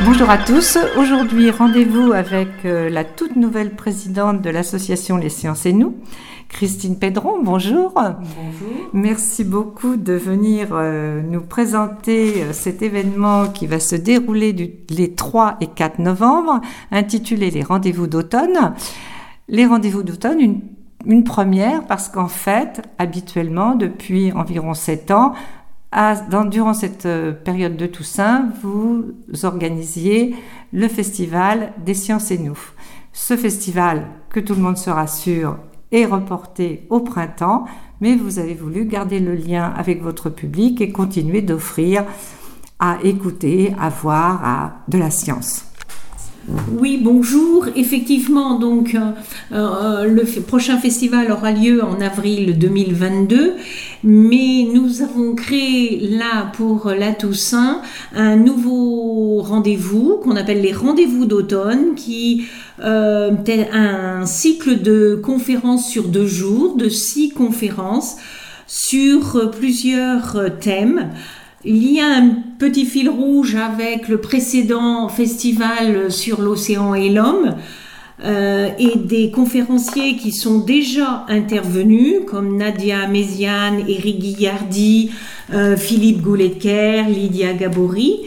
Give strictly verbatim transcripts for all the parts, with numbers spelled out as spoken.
Bonjour à tous. Aujourd'hui, rendez-vous avec euh, la toute nouvelle présidente de l'association Les Sciences et Nous, Christine Pedron. Bonjour. Bonjour. Merci beaucoup de venir euh, nous présenter euh, cet événement qui va se dérouler du, les trois et quatre novembre, intitulé Les Rendez-vous d'automne. Les Rendez-vous d'automne, une, une première parce qu'en fait, habituellement, depuis environ sept ans, À, dans, durant cette euh, période de Toussaint, vous organisiez le festival des Sciences et Nous. Ce festival, que tout le monde se rassure, est reporté au printemps, mais vous avez voulu garder le lien avec votre public et continuer d'offrir à écouter, à voir à de la science. Oui, bonjour. Effectivement, donc euh, euh, le f- prochain festival aura lieu en avril deux mille vingt-deux, mais nous avons créé là pour la Toussaint un nouveau rendez-vous qu'on appelle les rendez-vous d'automne, qui euh, est un cycle de conférences sur deux jours, de six conférences sur plusieurs thèmes. Il y a un petit fil rouge avec le précédent festival sur l'océan et l'homme euh, et des conférenciers qui sont déjà intervenus comme Nadia Méziane, Éric Guillardi, euh, Philippe Goulet-Quer, Lydia Gabory,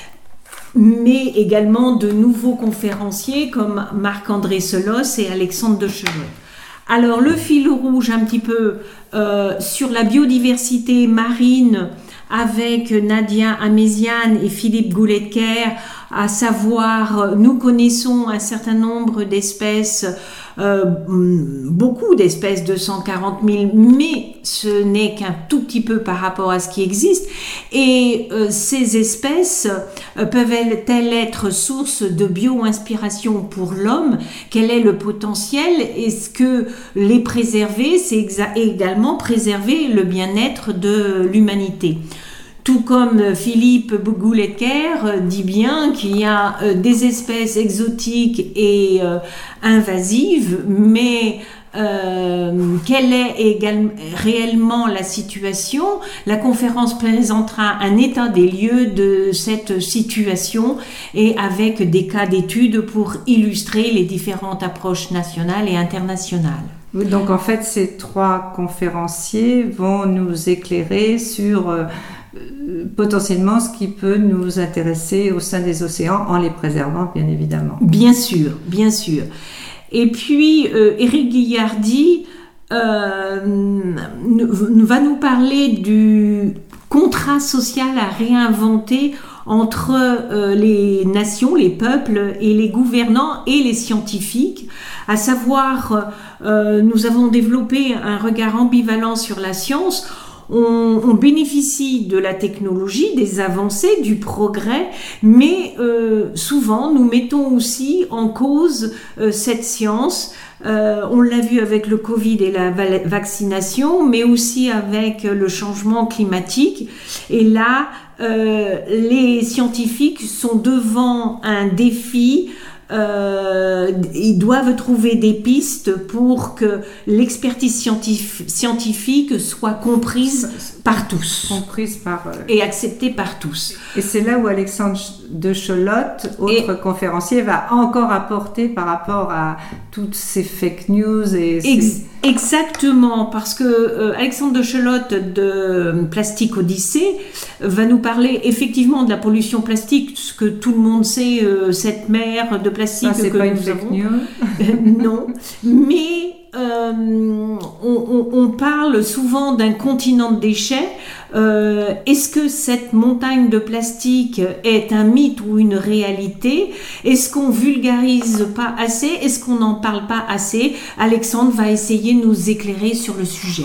mais également de nouveaux conférenciers comme Marc-André Selos et Alexandre de Chelot. Alors le fil rouge un petit peu euh, sur la biodiversité marine avec Nadia Améziane et Philippe Goulet-Quer, à savoir, nous connaissons un certain nombre d'espèces, euh, beaucoup d'espèces, deux cent quarante mille, mais ce n'est qu'un tout petit peu par rapport à ce qui existe. Et euh, ces espèces euh, peuvent-elles être source de bio-inspiration pour l'homme? Quel est le potentiel? Est-ce que les préserver, c'est exa- également préserver le bien-être de l'humanité? Tout comme Philippe Goulet-Quer dit bien qu'il y a des espèces exotiques et euh, invasives, mais euh, quelle est également, réellement la situation? La conférence présentera un état des lieux de cette situation et avec des cas d'études pour illustrer les différentes approches nationales et internationales. Donc en fait, ces trois conférenciers vont nous éclairer sur euh, potentiellement ce qui peut nous intéresser au sein des océans en les préservant, bien évidemment. Bien sûr, bien sûr. Et puis, euh, Éric Guillardi euh, va nous parler du contrat social à réinventer entre euh, les nations, les peuples et les gouvernants et les scientifiques, à savoir, euh, nous avons développé un regard ambivalent sur la science. On, on bénéficie de la technologie, des avancées, du progrès, mais euh, souvent nous mettons aussi en cause euh, cette science. Euh, on l'a vu avec le Covid et la va- vaccination, mais aussi avec le changement climatique. Et là, euh, les scientifiques sont devant un défi. Euh, ils doivent trouver des pistes pour que l'expertise scientif- scientifique soit comprise par tous. Comprise par... Euh... Et acceptée par tous. Et c'est là où Alexandre de Chelot, autre et... conférencier, va encore apporter par rapport à toutes ces fake news et... Ex- ces... Exactement, parce que euh, Alexandre de Chelot de Plastique Odyssée va nous parler effectivement de la pollution plastique, ce que tout le monde sait, euh, cette mer de plastique ah, c'est que pas nous une fake avons. news. Non, mais euh, on, on, on parle souvent d'un continent de déchets. Euh, est-ce que cette montagne de plastique est un mythe ou une réalité? Est-ce qu'on vulgarise pas assez? Est-ce qu'on n'en parle pas assez? Alexandre va essayer de nous éclairer sur le sujet.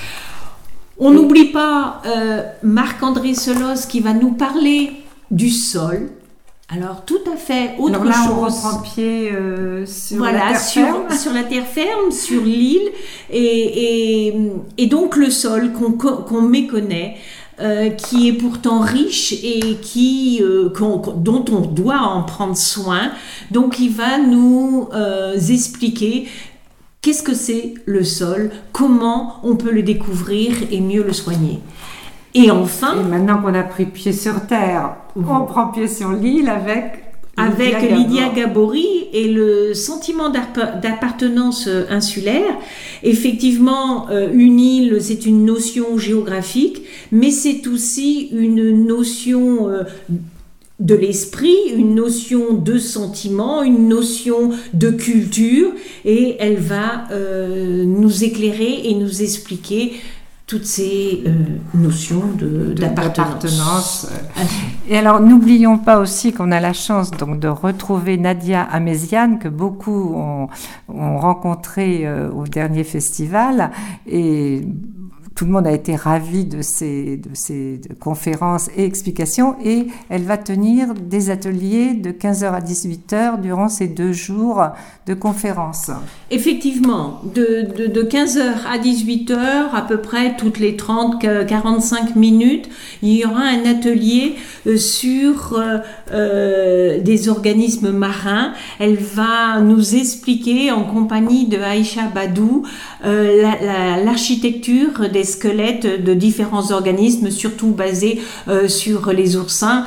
On n'oublie pas euh, Marc-André Selos qui va nous parler du sol. Alors tout à fait autre Alors là, chose. on reprend pied euh, sur voilà, la terre sur, ferme. sur la terre ferme, sur l'île, et, et, et donc le sol qu'on, qu'on méconnaît, euh, qui est pourtant riche et qui, euh, qu'on, dont on doit en prendre soin. Donc il va nous euh, expliquer qu'est-ce que c'est le sol, comment on peut le découvrir et mieux le soigner. Et enfin... Et maintenant qu'on a pris pied sur terre, mmh. on prend pied sur l'île avec avec Lydia, Lydia Gabori et le sentiment d'appartenance insulaire. Effectivement, une île, c'est une notion géographique, mais c'est aussi une notion de l'esprit, une notion de sentiment, une notion de culture, et elle va euh, nous éclairer et nous expliquer toutes ces euh, notions de, d'appartenance. Et alors, n'oublions pas aussi qu'on a la chance donc, de retrouver Nadia Améziane, que beaucoup ont, ont rencontré euh, au dernier festival, et tout le monde a été ravi de ces, de ces de conférences et explications, et elle va tenir des ateliers de quinze heures à dix-huit heures durant ces deux jours de conférences. Effectivement, de, de, de quinze heures à dix-huit heures, à peu près toutes les trente à quarante-cinq minutes, il y aura un atelier sur euh, euh, des organismes marins. Elle va nous expliquer, en compagnie de Aïcha Badou, euh, la, la, l'architecture des squelettes de différents organismes, surtout basés euh, sur les oursins.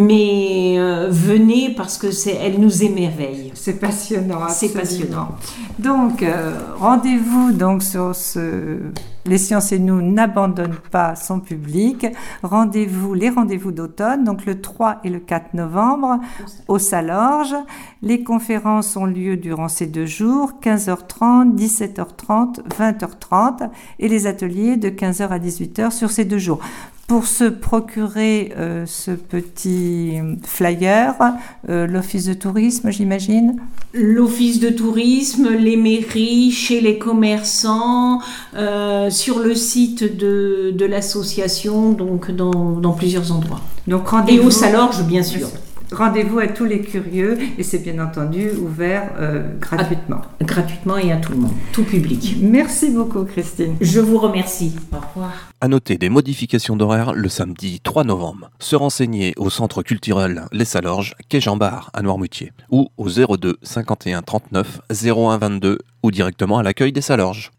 Mais euh, venez, parce que c'est, elle nous émerveille. C'est passionnant. C'est passionnant. Donc, euh, rendez-vous donc sur ce... Les Sciences et Nous n'abandonnent pas son public. Rendez-vous, les rendez-vous d'automne, donc le trois et le quatre novembre, au Salorge. Les conférences ont lieu durant ces deux jours, quinze heures trente, dix-sept heures trente, vingt heures trente, et les ateliers de quinze heures à dix-huit heures sur ces deux jours. Pour se procurer euh, ce petit flyer, euh, l'Office de tourisme, j'imagine ? L'Office de tourisme, les mairies, chez les commerçants, euh, sur le site de, de l'association, donc dans, dans plusieurs endroits. Donc rendez-vous. Et au Salorge, bien sûr. Rendez-vous à tous les curieux, et c'est bien entendu ouvert euh, gratuitement. À, gratuitement et à tout le monde, tout public. Merci beaucoup, Christine. Je vous remercie. Au revoir. À noter des modifications d'horaire le samedi trois novembre. Se renseigner au centre culturel Les Salorges, quai Jean Bart à Noirmoutier, ou au zéro deux cinquante et un trente-neuf zéro un vingt-deux, ou directement à l'accueil des Salorges.